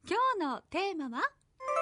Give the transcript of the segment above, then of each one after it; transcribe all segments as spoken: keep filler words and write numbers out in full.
今日のテーマは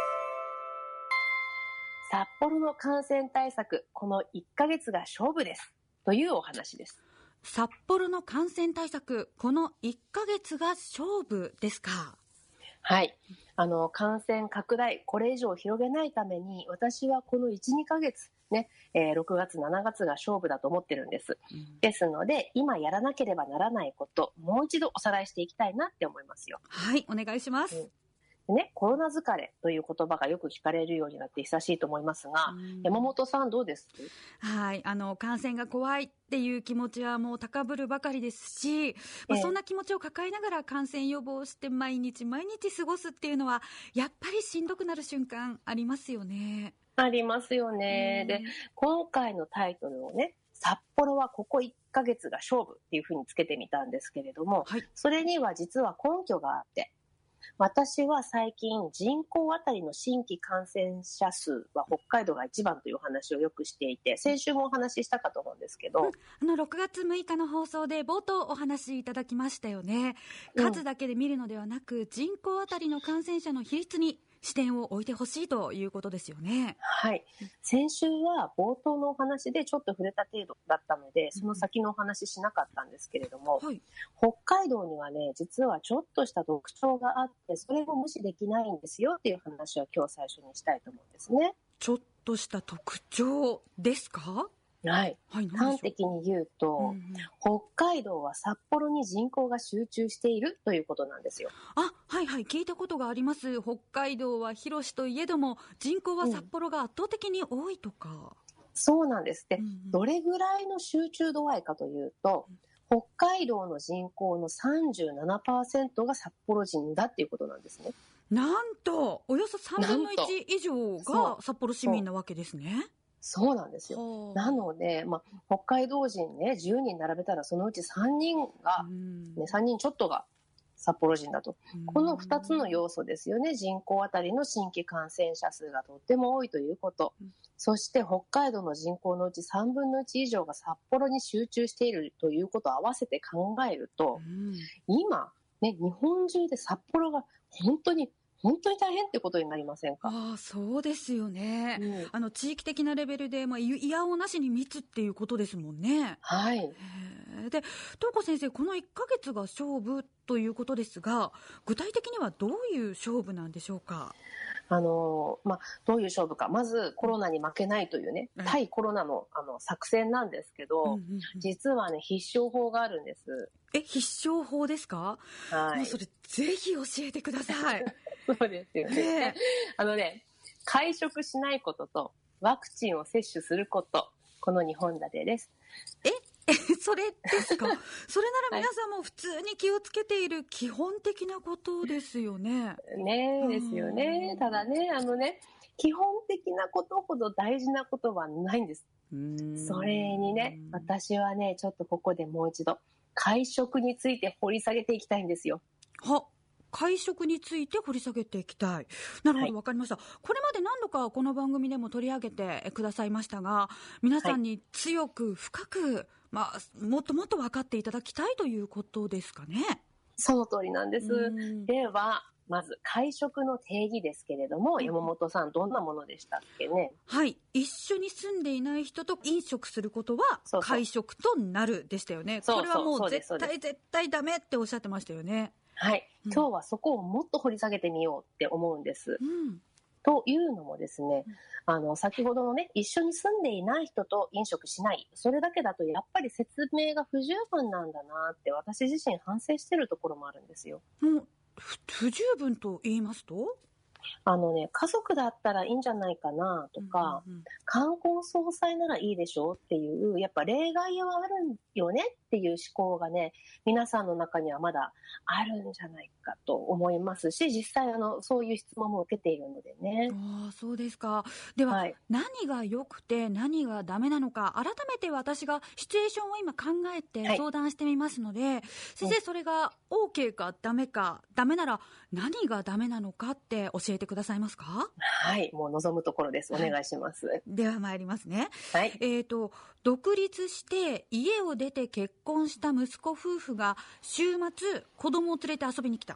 札幌の感染対策、このいっかげつが勝負ですというお話です。 札幌の感染対策、このいっかげつが勝負ですか。 はい、あの感染拡大、これ以上広げないために私はこの いち、にかげつね、えー、ろくがつ、しちがつが勝負だと思ってるんです、うん、ですので今やらなければならないこと、もう一度おさらいしていきたいなって思いますよ。 はい、お願いします。 うんね、コロナ疲れという言葉がよく聞かれるようになって久しいと思いますが、山本さんどうです？ はい、あの感染が怖いっていう気持ちはもう高ぶるばかりですし、まあ、そんな気持ちを抱えながら感染予防して毎日毎日過ごすっていうのはやっぱりしんどくなる瞬間ありますよね。 ありますよね。で、今回のタイトルをね、札幌はここいっかげつが勝負っていうふうにつけてみたんですけれども、はい、それには実は根拠があって、私は最近人口あたりの新規感染者数は北海道が一番という話をよくしていて、先週もお話ししたかと思うんですけど、うん、 あのろくがつむいかの放送で冒頭お話しいただきましたよね。数だけで見るのではなく、うん、人口あたりの感染者の比率に視点を置いてほしいということですよね。 はい、先週は冒頭のお話でちょっと触れた程度だったのでその先のお話しなかったんですけれども、はい、北海道にはね実はちょっとした特徴があってそれも無視できないんですよっていう話を今日最初にしたいと思うんですね。 ちょっとした特徴ですか？ はい、はい、端的に言うと、うんうん、北海道は札幌に人口が集中しているということなんですよ。 あ、はいはい、聞いたことがあります。北海道は広しといえども人口は札幌が圧倒的に多いとか、うん、 そうなんです。で、うんうん、どれぐらいの集中度合いかというと、うん、北海道の人口の さんじゅうななパーセント が札幌人だっていうことなんですね。 なんとおよそさんぶんのいち以上が札幌市民なわけですね。 そうなんですよ。なので、まあ、北海道人ねじゅうにん並べたらそのうちさんにんが、ね、さんにんちょっとが札幌人だと。このふたつの要素ですよね。人口あたりの新規感染者数がとっても多いということ、そして北海道の人口のうちさんぶんのいち以上が札幌に集中しているということを合わせて考えると、今、ね、日本中で札幌が本当に本当に大変ってことになりませんか？ ああ、そうですよね、うん、あの地域的なレベルで、まあ、いやおなしに密っていうことですもんね。 はい。 で、東子先生、このいっかげつが勝負ということですが、具体的にはどういう勝負なんでしょうか？ あのまあ、どういう勝負か、まずコロナに負けないというね、うん、対コロナ の, あの作戦なんですけど、うんうんうん、実はね必勝法があるんです。 え、必勝法ですか？はい、もうそれぜひ教えてください。 そうですよね、ねあのね会食しないこととワクチンを接種すること、このにほん立てです。 ええ、それですか？それなら皆さんも普通に気をつけている基本的なことですよね。 ねえ、ですよね。ただね、あのね、基本的なことほど大事なことはないんです。うーん、それにね、私はね、ちょっとここでもう一度、会食について掘り下げていきたいんですよ。 は会食について掘り下げていきたい。なるほど、わかりました、はい。これまで何度かこの番組でも取り上げてくださいましたが、皆さんに強く深く、まあ、もっともっと分かっていただきたいということですかね。 その通りなんです。ではまず会食の定義ですけれども、うん、山本さんどんなものでしたっけね？ はい、一緒に住んでいない人と飲食することは会食となるでしたよね。そうそう、これはもう絶対絶対ダメっておっしゃってましたよね。 はい、うん、今日はそこをもっと掘り下げてみようって思うんです、うん、というのもですね、あの先ほどのね一緒に住んでいない人と飲食しない、それだけだとやっぱり説明が不十分なんだなって私自身反省してるところもあるんですよ。 うん、不十分と言いますと？ あのね、家族だったらいいんじゃないかなとか、うんうんうん、観光総裁ならいいでしょっていうやっぱ例外はあるよねっていう思考がね皆さんの中にはまだあるんじゃないかと思いますし、実際あのそういう質問も受けているのでね。 あ、そうですか。では、はい、何が良くて何がダメなのか改めて私がシチュエーションを今考えて相談してみますので、はい、先生それが OK かダメか、ダメなら何がダメなのかって教えてくださいますか？ はい、もう望むところです。お願いします、はい、 では参りますね、 はい。 えーと、独立して家を出て結婚した息子夫婦が週末子供を連れて遊びに来た。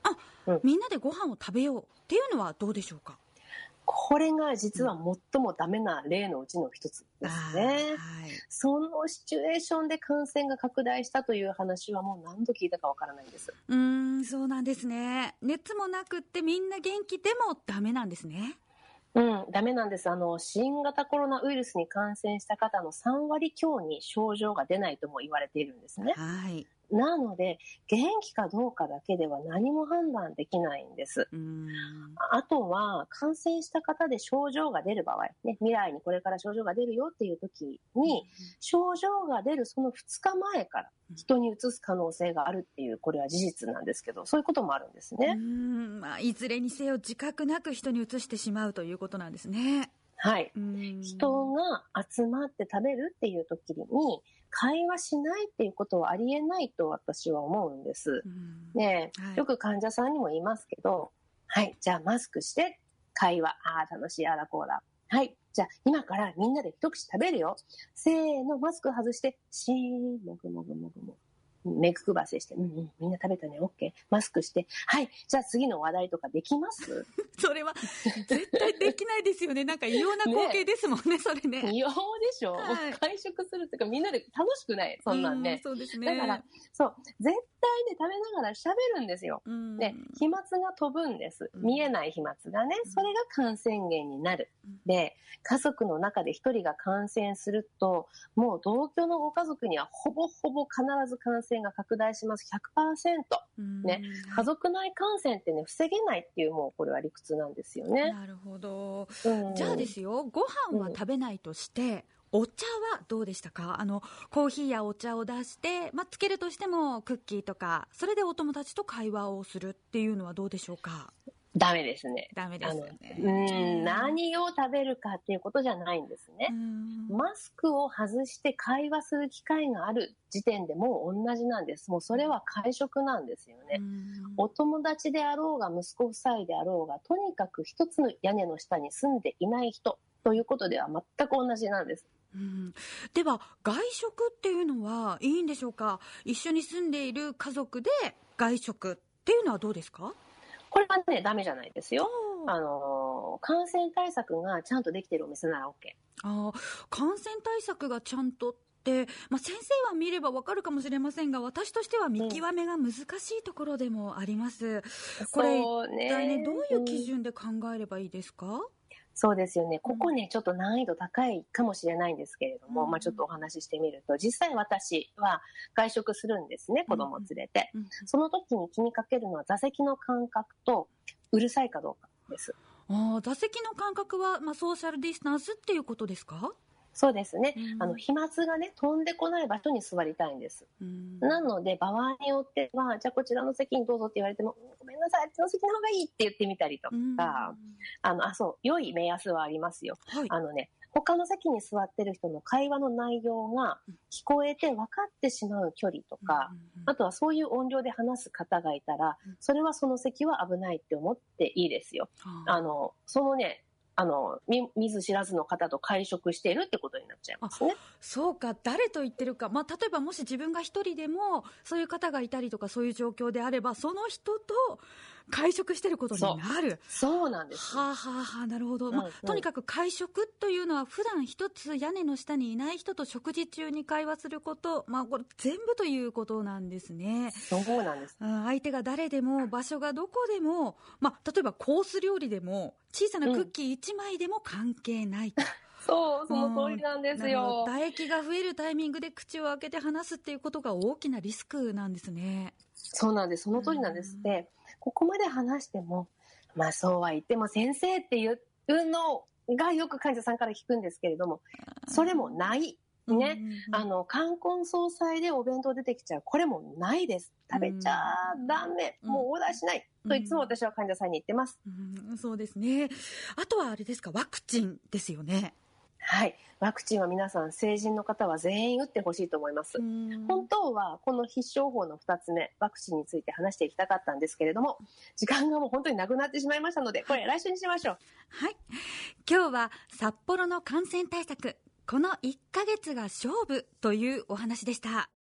あ、うん、みんなでご飯を食べようっていうのはどうでしょうか？ これが実は最もダメな例のうちの一つですね、はい、そのシチュエーションで感染が拡大したという話はもう何度聞いたかわからないんです。 うーん、そうなんですね。熱もなくってみんな元気でもダメなんですね。 うん、ダメなんです。あの、新型コロナウイルスに感染した方のさんわり強に症状が出ないとも言われているんですね。 はい。 なので、元気かどうかだけでは何も判断できないんです。 うーん、 あとは、感染した方で症状が出る場合、ね、未来にこれから症状が出るよっていう時に、症状が出るそのふつかまえから人にうつす可能性があるっていう、これは事実なんですけど、そういうこともあるんですね。 うーん、まあ、いずれにせよ自覚なく人にうつしてしまうということなんですね。 はい。人が集まって食べるっていう時に会話しないっていうことはありえないと私は思うんです。ねえ、はい、よく患者さんにも言いますけど、はい、じゃあマスクして会話、ああ楽しい、ああだこうだ。はい、じゃあ今からみんなで一口食べるよ。せーの、マスク外して、シーン、もぐもぐもぐもぐ。目くばせして、うんうん、みんな食べたね、オッケー、マスクして、はい、じゃあ次の話題とかできます？ それは絶対できないですよね。なんか異様な光景ですもんね、ね、それね。 異様でしょ、はい、会食するっていうかみんなで楽しくない、そんなんね。 うん、そうですね。 だから、そう、絶対ね、食べながら喋るんですよ。で、飛沫が飛ぶんです。見えない飛沫がね、それが感染源になる。で、家族の中で一人が感染すると、もう同居のご家族にはほぼほぼ必ず感染が拡大します。ひゃくパーセント、ね、家族内感染ってね防げないっていう、もうこれは理屈なんですよね。 なるほど、うん、じゃあですよ、ご飯は食べないとして、うん、お茶はどうでしたか？あのコーヒーやお茶を出して、まあ、つけるとしてもクッキーとか、それでお友達と会話をするっていうのはどうでしょうか？ ダメですね。 ダメですよね。 あの、うん、何を食べるかっていうことじゃないんですね。マスクを外して会話する機会がある時点でもう同じなんです。もうそれは会食なんですよね。お友達であろうが息子夫妻であろうが、とにかく一つの屋根の下に住んでいない人ということでは全く同じなんです。 うん、では外食っていうのはいいんでしょうか？一緒に住んでいる家族で外食っていうのはどうですか？ これはね、ダメじゃないですよ。あの感染対策がちゃんとできているお店なら OK。 あ、感染対策がちゃんとって、まあ、先生は見ればわかるかもしれませんが、私としては見極めが難しいところでもあります。うん、これ一体ね、どういう基準で考えればいいですか？ そうですよね。ここね、ちょっと難易度高いかもしれないんですけれども、うん、まあちょっとお話ししてみると、実際私は外食するんですね、子供を連れて。うんうん、その時に気にかけるのは座席の間隔とうるさいかどうかです。 あ、座席の間隔は、まあ、ソーシャルディスタンスっていうことですか？ そうですね、うん、あの飛沫がね飛んでこない場所に座りたいんです、うん、なので場合によっては、じゃあこちらの席にどうぞって言われても、ごめんなさい、あっちの席の方がいいって言ってみたりとか、うん、あのあそう良い目安はありますよ、はい、あのね他の席に座ってる人の会話の内容が聞こえて分かってしまう距離とか、うん、あとはそういう音量で話す方がいたら、それはその席は危ないって思っていいですよ、うん、あのそのねあの見ず知らずの方と会食しているってことになっちゃいますね。 そうか、誰と言ってるか、まあ、例えばもし自分が一人でもそういう方がいたりとか、そういう状況であればその人と会食してることになる。 そう、そうなんです。 はあ、はあはあ、なるほど、まあうんうん、とにかく会食というのは普段一つ屋根の下にいない人と食事中に会話すること、まあ、これ全部ということなんですね。 そうなんです。 相手が誰でも場所がどこでも、まあ、例えばコース料理でも小さなクッキーいちまいでも関係ないと、うん、 そうその通りなんですよ。 唾液が増えるタイミングで口を開けて話すっていうことが大きなリスクなんですね。 そうなんです、その通りなんです。で、ここまで話しても、まあそうは言っても先生っていうのがよく患者さんから聞くんですけれども、それもないね、あの冠婚葬祭でお弁当出てきちゃう、これもないです。食べちゃダメ、もうオーダーしない、といつも私は患者さんに言ってます。 うんうん、そうですね。あとはあれですか、ワクチンですよね。 はい、ワクチンは皆さん成人の方は全員打ってほしいと思います。本当はこの必勝法のふたつめ、ワクチンについて話していきたかったんですけれども、時間がもう本当になくなってしまいましたので、これ来週にしましょう。 はい、今日は札幌の感染対策、このいっかげつが勝負というお話でした。